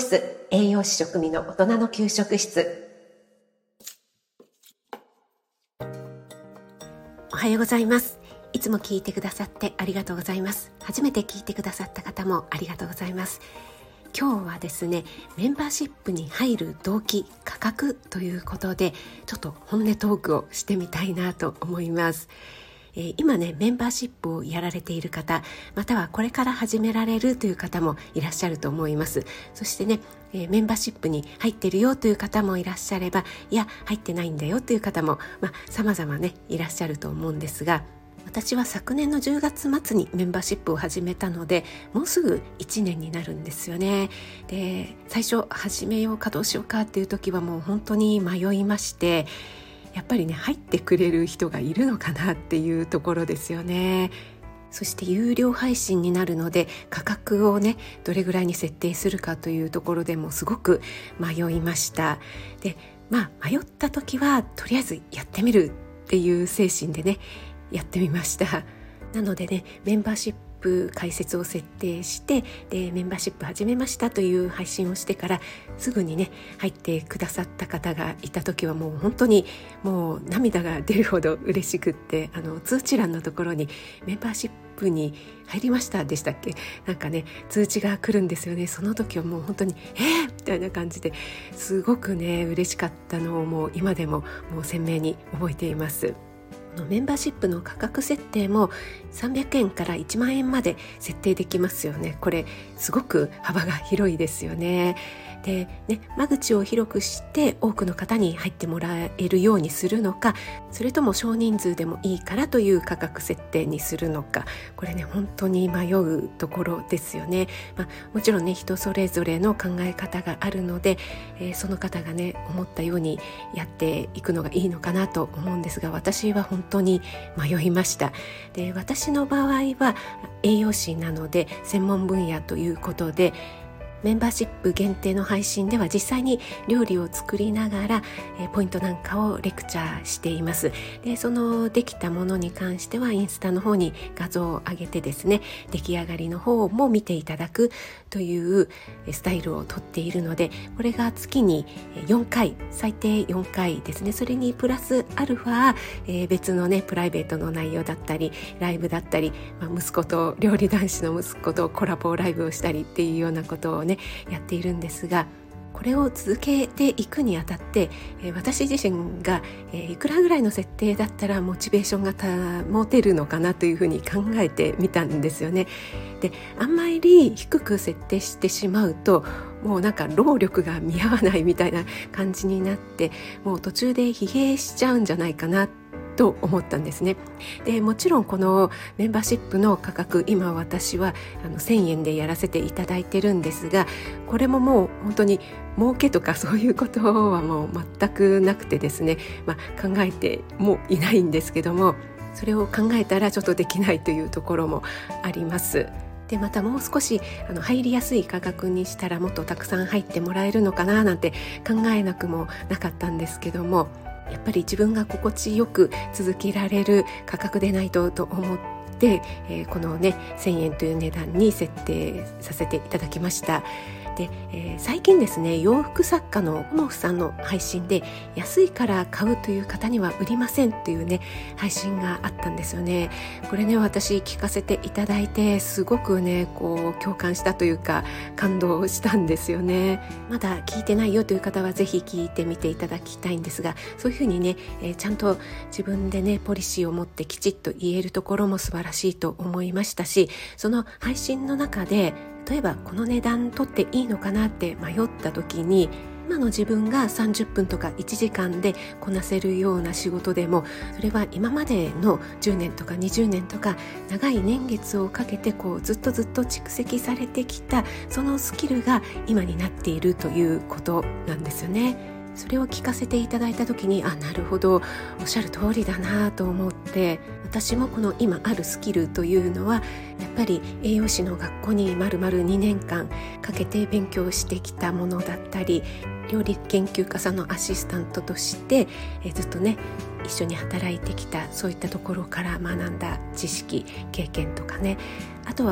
室、栄養士食味の大人の給食室。おはようございます。いつも聞いてくださってありがとうございます。初めて聞いてくださった方もありがとうございます。今日はですね、メンバーシップに入る動機、価格ということで、ちょっと本音トークをしてみたいなと思います。今ね、メンバーシップをやられている方、またはこれから始められるという方もいらっしゃると思います。そしてね、メンバーシップに入ってるよという方もいらっしゃれば、いや入ってないんだよという方も、様々ねいらっしゃると思うんですが、私は昨年の10月末にメンバーシップを始めたので、もうすぐ1年になるんですよね。で、最初始めようかどうしようかっていう時はもう本当に迷いまして、やっぱりね、入ってくれる人がいるのかなっていうところですよね。そして有料配信になるので、価格をねどれぐらいに設定するかというところでもすごく迷いました。で、迷った時はとりあえずやってみるっていう精神でねやってみました。なのでね、メンバーシップ解説を設定して、でメンバーシップ始めましたという配信をしてからすぐにね入ってくださった方がいた時は、もう本当にもう涙が出るほど嬉しくって、通知欄のところにメンバーシップに入りましたでしたっけ、なんかね通知が来るんですよね。その時はもう本当にみたいな感じですごくね嬉しかったのをもう今でももう鮮明に覚えています。メンバーシップの価格設定も300円から1万円まで設定できますよね。これすごく幅が広いですよね。でね、間口を広くして多くの方に入ってもらえるようにするのか、それとも少人数でもいいからという価格設定にするのか、これね本当に迷うところですよね。もちろんね人それぞれの考え方があるので、その方がね思ったようにやっていくのがいいのかなと思うんですが、私は本当に迷いました。で、私の場合は栄養士なので専門分野ということで、メンバーシップ限定の配信では実際に料理を作りながらポイントなんかをレクチャーしています。で、そのできたものに関してはインスタの方に画像を上げてですね、出来上がりの方も見ていただくというスタイルをとっているので、これが月に4回、最低4回ですね。それにプラスアルファ、別のねプライベートの内容だったりライブだったり、息子と料理男子の息子とコラボライブをしたりっていうようなことをねやっているんですが、これを続けていくにあたって、私自身が、いくらぐらいの設定だったらモチベーションが保てるのかなというふうに考えてみたんですよね。で、あんまり低く設定してしまうと、もうなんか労力が見合わないみたいな感じになって、もう途中で疲弊しちゃうんじゃないかなと思ったんですね。で、もちろんこのメンバーシップの価格、今私は1000円でやらせていただいてるんですが、これももう本当に儲けとかそういうことはもう全くなくてですね、考えてもいないんですけども、それを考えたらちょっとできないというところもあります。で、またもう少し入りやすい価格にしたらもっとたくさん入ってもらえるのかななんて考えなくもなかったんですけども、やっぱり自分が心地よく続けられる価格でないと思って、このね1000円という値段に設定させていただきました。で、最近ですね、洋服作家のオモフさんの配信で、安いから買うという方には売りませんというね配信があったんですよね。これね、私聞かせていただいてすごくねこう共感したというか感動したんですよね。まだ聞いてないよという方はぜひ聞いてみていただきたいんですが、そういうふうにね、ちゃんと自分でねポリシーを持ってきちっと言えるところも素晴らしいと思いましたし、その配信の中で例えばこの値段取っていいのかなって迷った時に、今の自分が30分とか1時間でこなせるような仕事でも、それは今までの10年とか20年とか長い年月をかけてこうずっと蓄積されてきたそのスキルが今になっているということなんですよね。それを聞かせていただいた時に、なるほど、おっしゃる通りだなと思って、私もこの今あるスキルというのはやっぱり栄養士の学校に丸々2年間かけて勉強してきたものだったり、料理研究家さんのアシスタントとしてずっとね一緒に働いてきた、そういったところから学んだ知識経験とかね、あとは保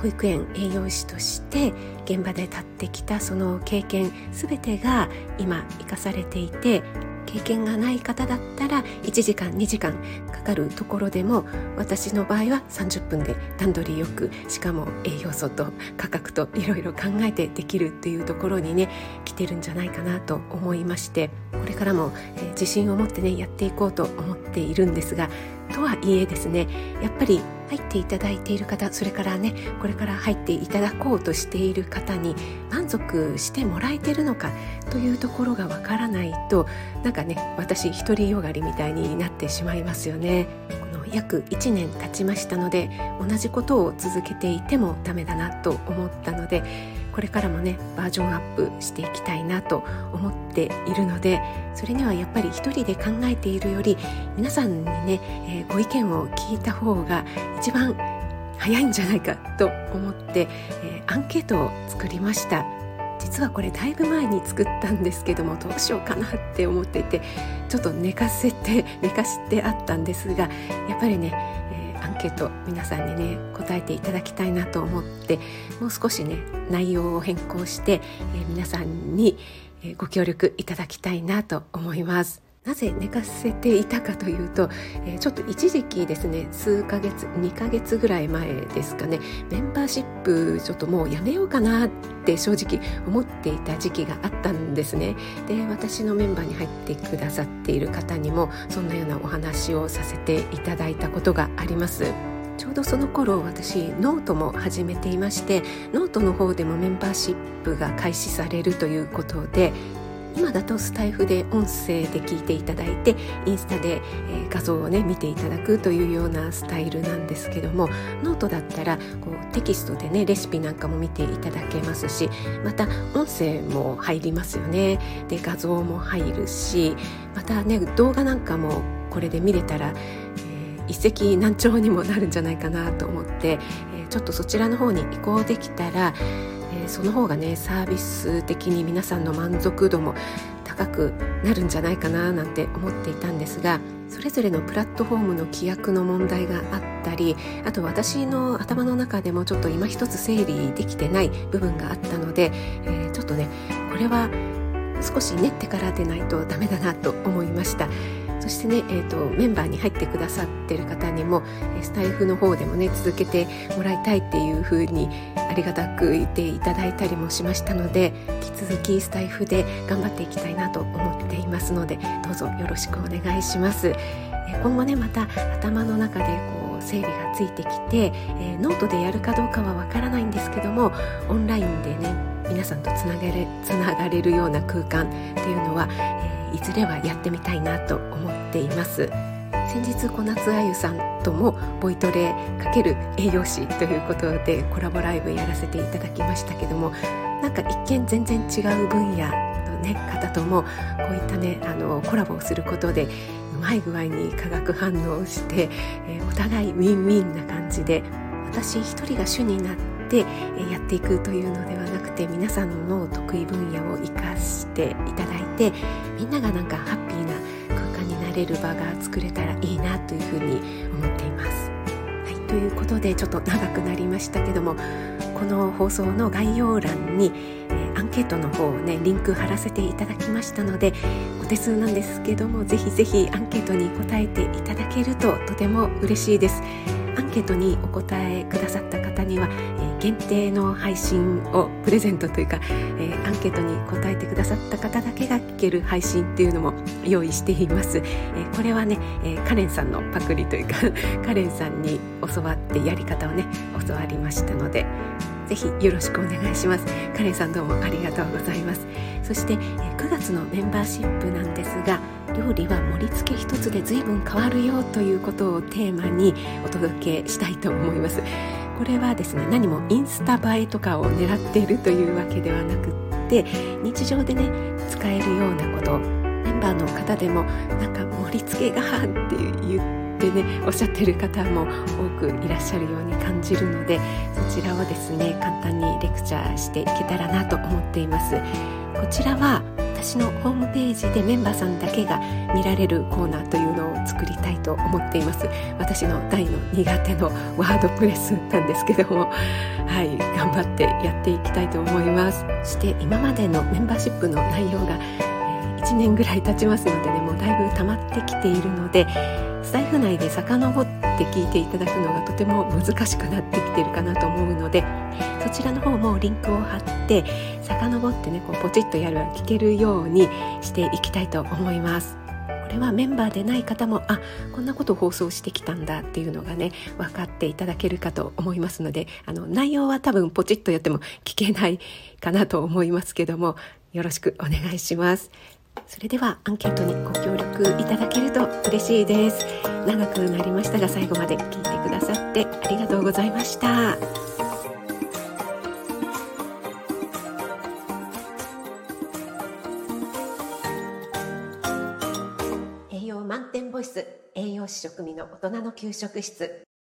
保育園栄養士として現場で立ってきたその経験すべてが今生かされていて、経験がない方だったら1時間2時間かかるところでも、私の場合は30分で段取りよく、しかも栄養素と価格といろいろ考えてできるっていうところにね来てるんじゃないかなと思いまして、これからも自信を持ってねやっていこうと思っているんですが、とはいえですね、やっぱり入っていただいている方、それからねこれから入っていただこうとしている方に満足してもらえてるのかというところがわからないと、なんかね私独りよがりみたいになってしまいますよね。この約1年経ちましたので、同じことを続けていてもダメだなと思ったので、これからもねバージョンアップしていきたいなと思っているので、それにはやっぱり一人で考えているより皆さんにね、ご意見を聞いた方が一番早いんじゃないかと思って、アンケートを作りました。実はこれだいぶ前に作ったんですけども、どうしようかなって思っていて、ちょっと寝かしてあったんですが、やっぱりねアンケート皆さんにね答えていただきたいなと思って、もう少しね内容を変更して、皆さんにご協力いただきたいなと思います。なぜ寝かせていたかというと、ちょっと一時期ですね、数ヶ月2ヶ月ぐらい前ですかね、メンバーシップちょっともうやめようかなって正直思っていた時期があったんですね。で、私のメンバーに入ってくださっている方にもそんなようなお話をさせていただいたことがあります。ちょうどその頃私ノートも始めていまして、ノートの方でもメンバーシップが開始されるということで、今だとスタイフで音声で聞いていただいて、インスタで画像をね見ていただくというようなスタイルなんですけども、ノートだったらこうテキストでねレシピなんかも見ていただけますし、また音声も入りますよね。で、画像も入るし、またね動画なんかもこれで見れたら、一石何鳥にもなるんじゃないかなと思って、ちょっとそちらの方に移行できたら、その方がねサービス的に皆さんの満足度も高くなるんじゃないかななんて思っていたんですが、それぞれのプラットフォームの規約の問題があったり、あと私の頭の中でもちょっと今一つ整理できてない部分があったので、ちょっとねこれは少し練ってからでないとダメだなと思いました。そしてね、メンバーに入ってくださっている方にもスタイフの方でもね続けてもらいたいっていう風にありがたく言っていただいたりもしましたので、引き続きスタイフで頑張っていきたいなと思っていますので、どうぞよろしくお願いします。今後ねまた頭の中でこう整理がついてきて、ノートでやるかどうかはわからないんですけども、オンラインでね皆さんとつながれるような空間っていうのは、いずれはやってみたいなと思っています。先日小夏あゆさんともボイトレ×栄養士ということでコラボライブやらせていただきましたけども、なんか一見全然違う分野の、ね、方ともこういったねコラボをすることでうまい具合に化学反応をして、お互いウィンウィンな感じで、私一人が主になってやっていくというのではなくて、皆さんの得意分野を生かしていただいて、みんながなんかハッピーな空間になれる場が作れたらいいなというふうに思っています。はい、ということでちょっと長くなりましたけども、この放送の概要欄にアンケートの方をねリンク貼らせていただきましたので、お手数なんですけどもぜひぜひアンケートに答えていただけるととても嬉しいです。アンケートにお答えくださった方には、限定の配信をプレゼントというか、アンケートに答えてくださった方だけが聞ける配信っていうのも用意しています。これはね、カレンさんのパクリというかカレンさんに教わってやり方をね教わりましたので、ぜひよろしくお願いします。カレンさんどうもありがとうございます。そして9月のメンバーシップなんですが、料理は盛り付け一つで随分変わるよということをテーマにお届けしたいと思います。これはですね、何もインスタ映えとかを狙っているというわけではなくって、日常でね使えるようなこと、メンバーの方でもなんか盛り付けがって言ってねおっしゃってる方も多くいらっしゃるように感じるので、そちらをですね簡単にレクチャーしていけたらなと思っています。こちらは私のホームページでメンバーさんだけが見られるコーナーというのを作りたいと思っています。私の大の苦手のワードプレスなんですけども、はい、頑張ってやっていきたいと思います。そして今までのメンバーシップの内容が1年ぐらい経ちますのでね、もうだいぶ溜まってきているので、スタイフ内で遡って聞いていただくのがとても難しくなってきているかなと思うので、そちらの方もリンクを貼って遡ってね、こうポチッとやる聞けるようにしていきたいと思います。これはメンバーでない方も、こんなことを放送してきたんだっていうのがね、分かっていただけるかと思いますので、内容は多分ポチッとやっても聞けないかなと思いますけども、よろしくお願いします。それではアンケートにご協力いただけると嬉しいです。長くなりましたが、最後まで聞いてくださってありがとうございました。栄養満点ボイス、栄養士食味の大人の給食室。